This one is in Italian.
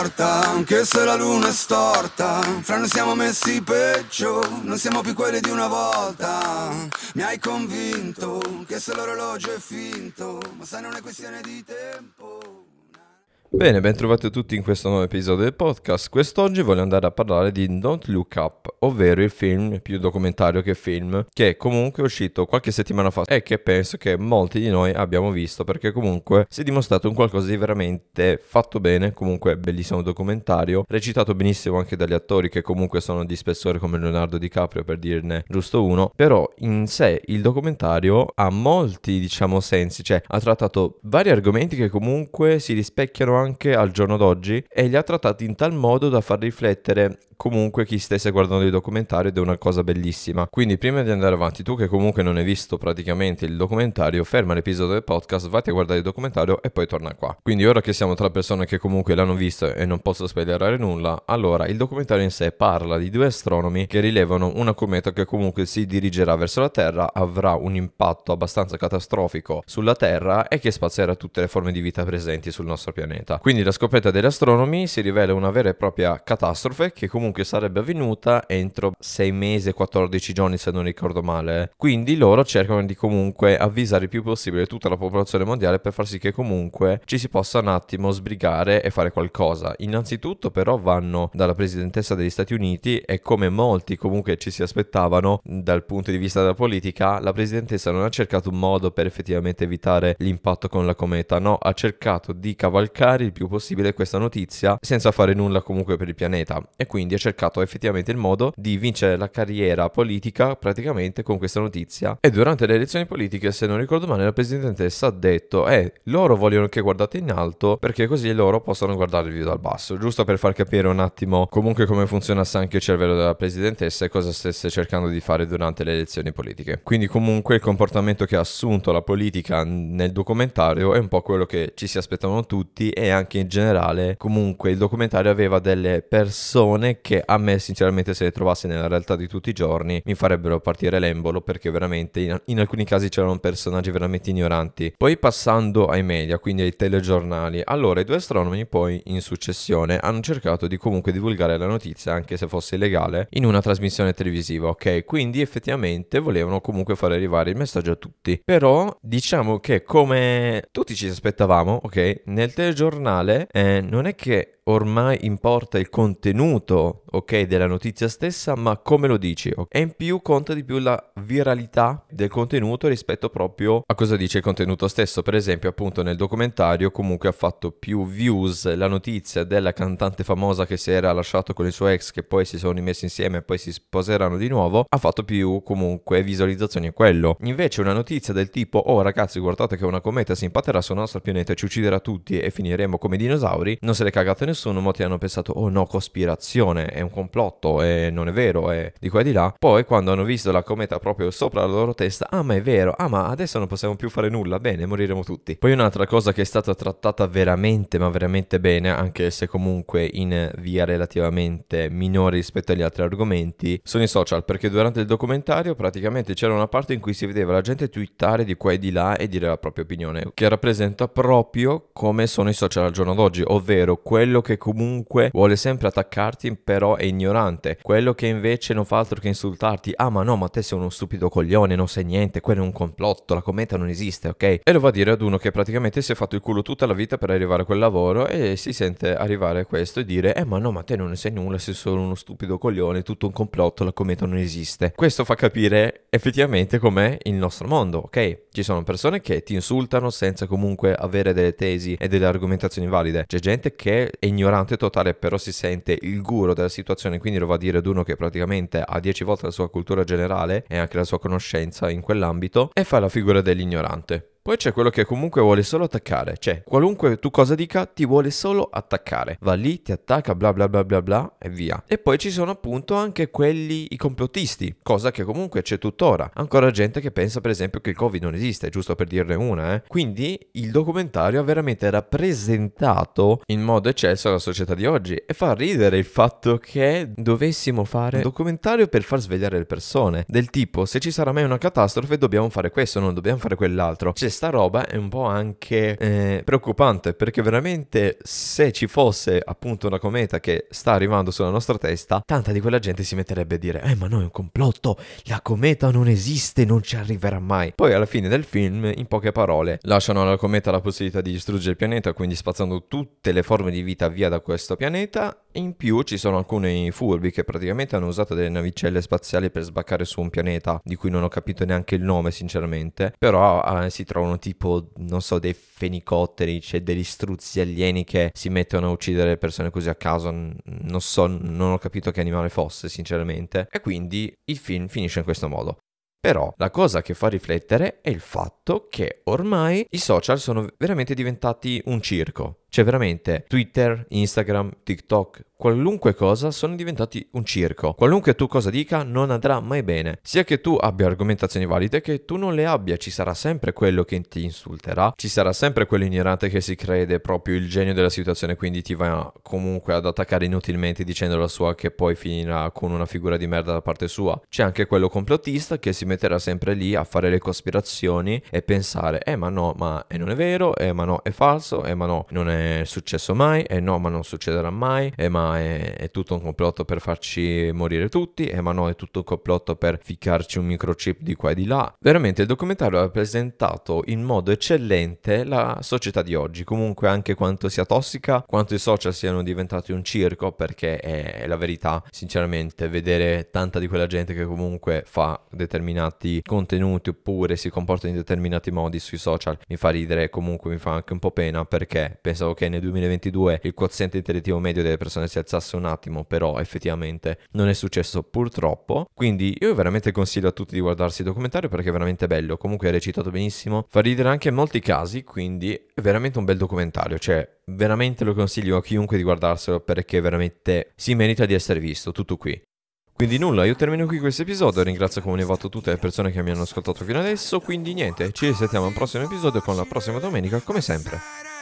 importa, anche se la luna è storta, fra noi siamo messi peggio, non siamo più quelli di una volta. Mi hai convinto che se l'orologio è finto, ma sai non è questione di tempo. Bene, ben trovati tutti in questo nuovo episodio del podcast. Quest'oggi voglio andare a parlare di Don't Look Up, ovvero il film, più documentario che film, che comunque è uscito qualche settimana fa e che penso che molti di noi abbiamo visto, perché comunque si è dimostrato un qualcosa di veramente fatto bene, comunque bellissimo documentario, recitato benissimo anche dagli attori che comunque sono di spessore come Leonardo DiCaprio, per dirne giusto uno. Però in sé il documentario ha molti, diciamo, sensi, cioè ha trattato vari argomenti che comunque si rispecchiano anche al giorno d'oggi e li ha trattati in tal modo da far riflettere comunque chi stesse guardando il documentario, ed è una cosa bellissima. Quindi prima di andare avanti, tu che comunque non hai visto praticamente il documentario, ferma l'episodio del podcast, vatti a guardare il documentario e poi torna qua. Quindi ora che siamo tra persone che comunque l'hanno visto e non posso spoilerare nulla, allora il documentario in sé parla di due astronomi che rilevano una cometa che comunque si dirigerà verso la Terra, avrà un impatto abbastanza catastrofico sulla Terra e che spazierà tutte le forme di vita presenti sul nostro pianeta. Quindi la scoperta degli astronomi si rivela una vera e propria catastrofe che comunque sarebbe avvenuta entro 6 mesi e 14 giorni, se non ricordo male. Quindi loro cercano di comunque avvisare il più possibile tutta la popolazione mondiale per far sì che comunque ci si possa un attimo sbrigare e fare qualcosa. Innanzitutto però vanno dalla presidentessa degli Stati Uniti e, come molti comunque ci si aspettavano dal punto di vista della politica, la presidentessa non ha cercato un modo per effettivamente evitare l'impatto con la cometa, no, ha cercato di cavalcare il più possibile questa notizia senza fare nulla comunque per il pianeta, e quindi ha cercato effettivamente il modo di vincere la carriera politica praticamente con questa notizia. E durante le elezioni politiche, se non ricordo male, la presidentessa ha detto loro vogliono che guardate in alto perché così loro possono guardarvi dal basso, giusto per far capire un attimo comunque come funzionasse anche il cervello della presidentessa e cosa stesse cercando di fare durante le elezioni politiche. Quindi comunque il comportamento che ha assunto la politica nel documentario è un po' quello che ci si aspettavano tutti, e anche in generale comunque il documentario aveva delle persone che a me sinceramente, se le trovassi nella realtà di tutti i giorni, mi farebbero partire l'embolo, perché veramente in alcuni casi c'erano personaggi veramente ignoranti. Poi passando ai media, quindi ai telegiornali, allora i due astronomi poi in successione hanno cercato di comunque divulgare la notizia, anche se fosse illegale, in una trasmissione televisiva, ok? Quindi effettivamente volevano comunque far arrivare il messaggio a tutti. Però diciamo che, come tutti ci aspettavamo, ok, nel telegiornale non è che ormai importa il contenuto, ok, della notizia stessa, ma come lo dici, okay? E in più conta di più la viralità del contenuto rispetto proprio a cosa dice il contenuto stesso. Per esempio, appunto, nel documentario comunque ha fatto più views la notizia della cantante famosa che si era lasciato con il suo ex, che poi si sono rimessi insieme e poi si sposeranno di nuovo, ha fatto più comunque visualizzazioni a quello. Invece una notizia del tipo oh ragazzi, guardate che una cometa si impatterà sul nostro pianeta e ci ucciderà tutti e finiremo come dinosauri, non se l'è cagata nessuno, molti hanno pensato oh no, cospirazione, è un complotto, e non è vero, è di qua e di là. Poi quando hanno visto la cometa proprio sopra la loro testa, ah ma è vero, ah ma adesso non possiamo più fare nulla, bene, moriremo tutti. Poi un'altra cosa che è stata trattata veramente ma veramente bene, anche se comunque in via relativamente minore rispetto agli altri argomenti, sono i social, perché durante il documentario praticamente c'era una parte in cui si vedeva la gente twittare di qua e di là e dire la propria opinione, che rappresenta proprio come sono i social al giorno d'oggi, ovvero quello che comunque vuole sempre attaccarti però è ignorante, quello che invece non fa altro che insultarti, ah ma no, ma te sei uno stupido coglione, non sai niente, quello è un complotto, la cometa non esiste, ok? E lo va a dire ad uno che praticamente si è fatto il culo tutta la vita per arrivare a quel lavoro e si sente arrivare a questo e dire ma no, ma te non ne sai nulla, sei solo uno stupido coglione, tutto un complotto, la cometa non esiste. Questo fa capire effettivamente com'è il nostro mondo, ok? Ci sono persone che ti insultano senza comunque avere delle tesi e delle argomentazioni valide, c'è gente che è ignorante totale però si sente il guru della situazione, quindi lo va a dire ad uno che praticamente ha 10 volte la sua cultura generale e anche la sua conoscenza in quell'ambito, e fa la figura dell'ignorante. Poi c'è quello che comunque vuole solo attaccare, cioè qualunque tu cosa dica ti vuole solo attaccare, va lì, ti attacca, bla bla bla bla bla e via. E poi ci sono appunto anche quelli, i complottisti, cosa che comunque c'è tuttora, ancora gente che pensa per esempio che il Covid non esiste, giusto per dirne una, Quindi il documentario ha veramente rappresentato in modo eccelso la società di oggi, e fa ridere il fatto che dovessimo fare un documentario per far svegliare le persone, del tipo se ci sarà mai una catastrofe dobbiamo fare questo, non dobbiamo fare quell'altro, cioè sta roba è un po' anche preoccupante, perché veramente se ci fosse appunto una cometa che sta arrivando sulla nostra testa, tanta di quella gente si metterebbe a dire ma no, è un complotto, la cometa non esiste, non ci arriverà mai. Poi alla fine del film, in poche parole, lasciano alla cometa la possibilità di distruggere il pianeta, quindi spazzando tutte le forme di vita via da questo pianeta. In più ci sono alcuni furbi che praticamente hanno usato delle navicelle spaziali per sbaccare su un pianeta di cui non ho capito neanche il nome sinceramente, però si trovano tipo, non so, dei fenicotteri, c'è degli struzzi alieni che si mettono a uccidere le persone così a caso, non so, non ho capito che animale fosse sinceramente, e quindi il film finisce in questo modo. Però la cosa che fa riflettere è il fatto che ormai i social sono veramente diventati un circo. Cioè veramente Twitter, Instagram, TikTok, qualunque cosa sono diventati un circo. Qualunque tu cosa dica non andrà mai bene. Sia che tu abbia argomentazioni valide che tu non le abbia, ci sarà sempre quello che ti insulterà, ci sarà sempre quello ignorante che si crede proprio il genio della situazione, quindi ti va comunque ad attaccare inutilmente dicendo la sua, che poi finirà con una figura di merda da parte sua. C'è anche quello complottista che si metterà sempre lì a fare le cospirazioni e pensare ma no, ma non è vero, ma no, è falso, ma no, non è successo mai, no, ma non succederà mai, ma è tutto un complotto per farci morire tutti, ma no, è tutto un complotto per ficcarci un microchip di qua e di là. Veramente il documentario ha presentato in modo eccellente la società di oggi, comunque anche quanto sia tossica, quanto i social siano diventati un circo, perché è la verità, sinceramente, vedere tanta di quella gente che comunque fa determinati contenuti oppure si comporta in determinati modi sui social mi fa ridere, comunque mi fa anche un po' pena, perché pensavo che nel 2022 il quoziente intellettivo medio delle persone si alzasse un attimo, però effettivamente non è successo purtroppo. Quindi io veramente consiglio a tutti di guardarsi il documentario perché è veramente bello, comunque è recitato benissimo, fa ridere anche in molti casi, quindi è veramente un bel documentario, cioè veramente lo consiglio a chiunque di guardarselo perché veramente si merita di essere visto, tutto qui. Quindi nulla, io termino qui questo episodio, ringrazio come ho fatto tutte le persone che mi hanno ascoltato fino adesso, quindi niente, ci risentiamo al prossimo episodio con la prossima domenica come sempre.